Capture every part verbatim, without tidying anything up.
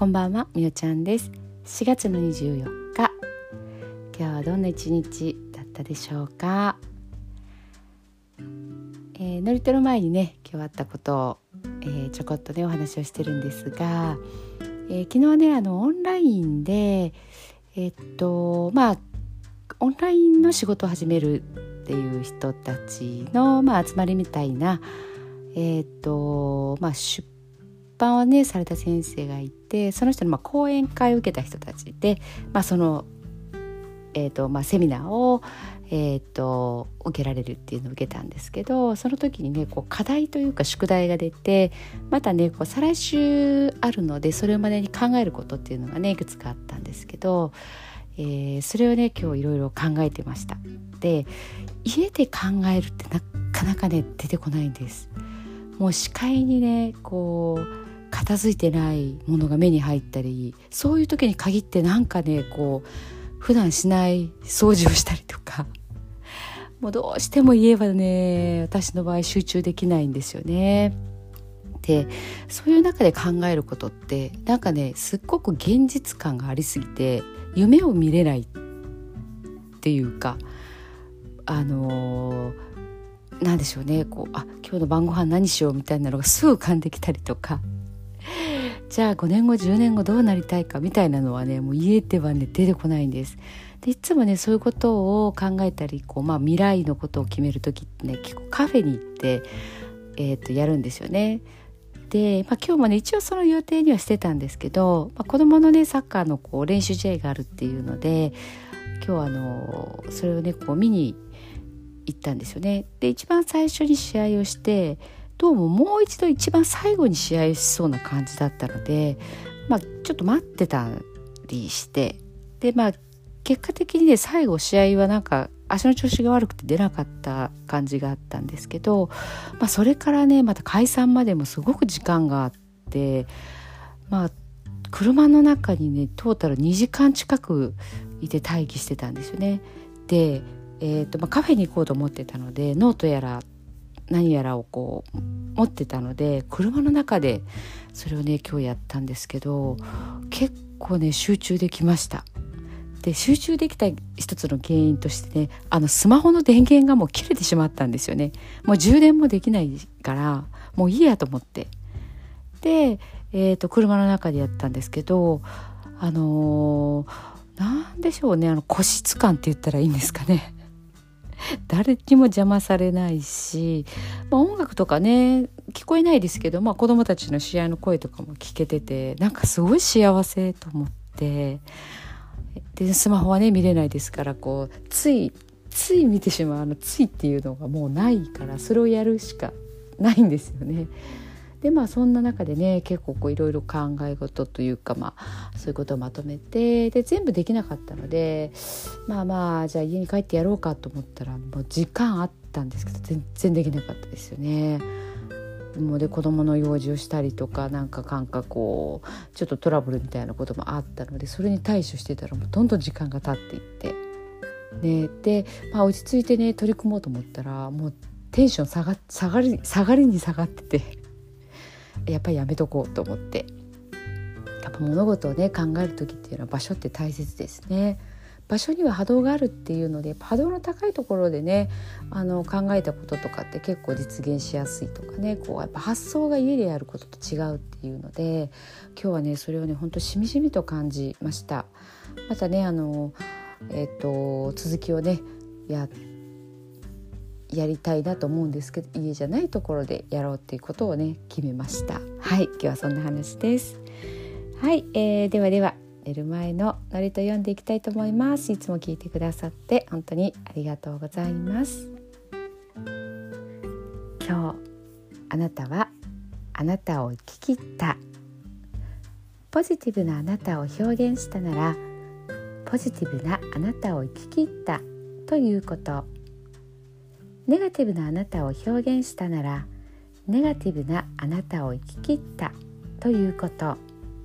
こんばんは、みおちゃんです。しがつのにじゅうよっか、今日はどんな一日だったでしょうか。えー、乗り手の前にね、今日あったことを、えー、ちょこっとねお話をしてるんですが、えー、昨日ねあのオンラインでえー、っとまあオンラインの仕事を始めるっていう人たちの、まあ、集まりみたいな、えー、っとまあ出版をねされた先生がいて、その人のまあ講演会を受けた人たちで、まあ、その、えーとまあ、セミナーを、えー、と受けられるっていうのを受けたんですけど、その時にねこう課題というか宿題が出て、またねこう再来週あるので、それまでに考えることっていうのがねいくつかあったんですけど、えー、それをね今日いろいろ考えてました。で、家で考えるってなかなかね出てこないんです。もう視界にねこう片付いてないものが目に入ったり、そういう時に限ってなんかねこう普段しない掃除をしたりとか、もうどうしても家はね私の場合集中できないんですよね。で、そういう中で考えることってなんかねすっごく現実感がありすぎて夢を見れないっていうか、あのー、なんでしょうね、こうあ今日の晩ご飯何しようみたいなのがすぐ浮かんできたりとか、じゃあごねんごじゅうねんごどうなりたいかみたいなのはねもう家ではね出てこないんです。でいつもねそういうことを考えたりこう、まあ、未来のことを決める時ってね結構カフェに行って、えー、とやるんですよね。で、まあ、今日もね一応その予定にはしてたんですけど、まあ、子どものねサッカーのこう練習試合があるっていうので、今日はあのそれをねこう見に行ったんですよね。で一番最初に試合をして、どうももう一度一番最後に試合をしそうな感じだったので、まあ、ちょっと待ってたりして、でまあ結果的にね最後試合はなんか足の調子が悪くて出なかった感じがあったんですけど、まあ、それからねまた解散までもすごく時間があって、まあ車の中にねトータルにじかん近くいて待機してたんですよね。で、えーとまあ、カフェに行こうと思ってたのでノートやら何やらをこう持ってたので、車の中でそれをね今日やったんですけど、結構ね集中できました。で集中できた一つの原因としてね、あのスマホの電源がもう切れてしまったんですよね。もう充電もできないからもういいやと思って、で、えーと車の中でやったんですけど、あのー、なんでしょうね、あの個室感って言ったらいいんですかね誰にも邪魔されないし、まあ、音楽とかね聞こえないですけど、まあ、子どもたちの試合の声とかも聞けてて、なんかすごい幸せと思って、でスマホはね見れないですから、こうついつい見てしまうあのついっていうのがもうないから、それをやるしかないんですよね。でまあそんな中でね結構こういろいろ考え事というか、まあそういうことをまとめて、で全部できなかったので、まあまあじゃあ家に帰ってやろうかと思ったらもう時間あったんですけど全然できなかったですよね。もうで子供の用事をしたりとか、なんか感覚こうちょっとトラブルみたいなこともあったので、それに対処してたらもうどんどん時間が経っていってね、で、まあ、落ち着いてね取り組もうと思ったらもうテンション下が下がり下がりに下がっててやっぱりやめとこうと思って、やっぱ物事をね考える時っていうのは場所って大切ですね。場所には波動があるっていうので、波動の高いところでねあの考えたこととかって結構実現しやすいとかね、こうやっぱ発想が家でやることと違うっていうので、今日はねそれをね本当しみじみと感じました。またねあの、えー、と続きをねややりたいなと思うんですけど、家じゃないところでやろうっていうことをね決めました。はい、今日はそんな話です。はい、えー、ではでは寝る前のノリと読んでいきたいと思います。いつも聞いてくださって本当にありがとうございます。今日あなたはあなたを生き切った。ポジティブなあなたを表現したなら、ポジティブなあなたを生き切ったということ。ネガティブなあなたを表現したなら、ネガティブなあなたを生き切ったということ。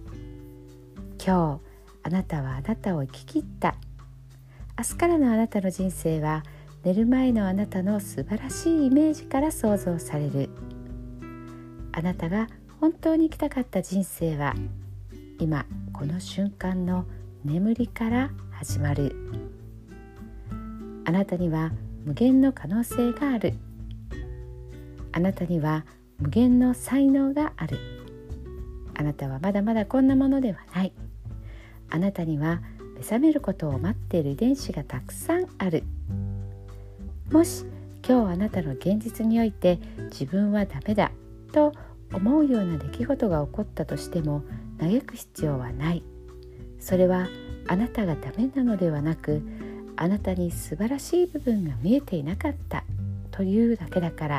今日あなたはあなたを生き切った。明日からのあなたの人生は寝る前のあなたの素晴らしいイメージから想像される。あなたが本当に生きたかった人生は今この瞬間の眠りから始まる。あなたには無限の可能性がある。あなたには無限の才能がある。あなたはまだまだこんなものではない。あなたには目覚めることを待っている遺伝子がたくさんある。もし今日あなたの現実において自分はダメだと思うような出来事が起こったとしても嘆く必要はない。それはあなたがダメなのではなく、あなたに素晴らしい部分が見えていなかったというだけだから。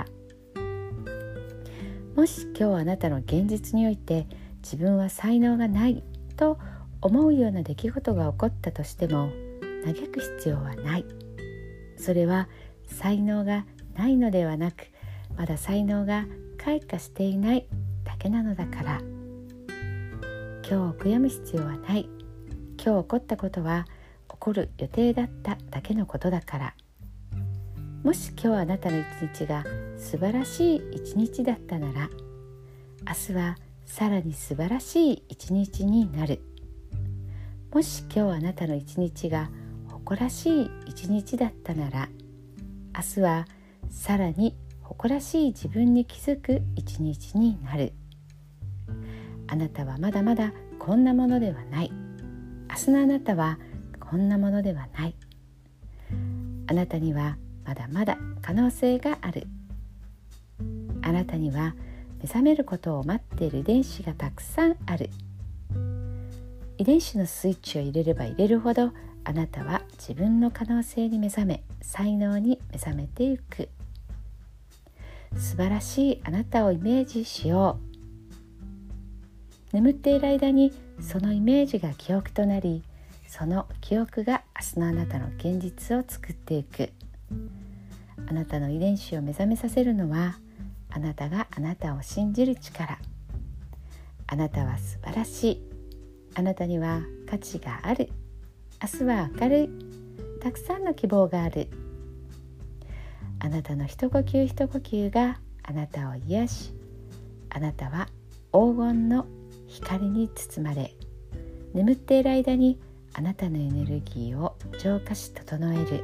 もし今日あなたの現実において自分は才能がないと思うような出来事が起こったとしても嘆く必要はない。それは才能がないのではなく、まだ才能が開花していないだけなのだから。今日悔やむ必要はない。今日起こったことは起こる予定だっただけのことだから。もし今日あなたの一日が素晴らしい一日だったなら、明日はさらに素晴らしい一日になる。もし今日あなたの一日が誇らしい一日だったなら、明日はさらに誇らしい自分に気づく一日になる。あなたはまだまだこんなものではない。明日のあなたはこんなものではない。あなたにはまだまだ可能性がある。あなたには目覚めることを待っている遺伝子がたくさんある。遺伝子のスイッチを入れれば入れるほど、あなたは自分の可能性に目覚め、才能に目覚めていく。素晴らしいあなたをイメージしよう。眠っている間にそのイメージが記憶となり、その記憶が明日のあなたの現実を作っていく。あなたの遺伝子を目覚めさせるのは、あなたがあなたを信じる力。あなたは素晴らしい。あなたには価値がある。明日は明るい。たくさんの希望がある。あなたの一呼吸一呼吸があなたを癒し、あなたは黄金の光に包まれ、眠っている間にあなたのエネルギーを浄化し整える。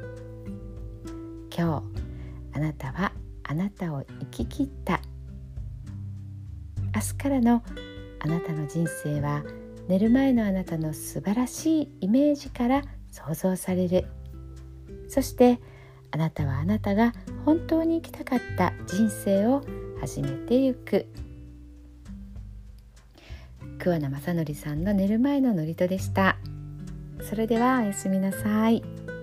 今日あなたはあなたを生き切った。明日からのあなたの人生は、寝る前のあなたの素晴らしいイメージから想像される。そしてあなたはあなたが本当に生きたかった人生を始めてゆく。桑名正則さんの寝る前の祝詞でした。それではおやすみなさい。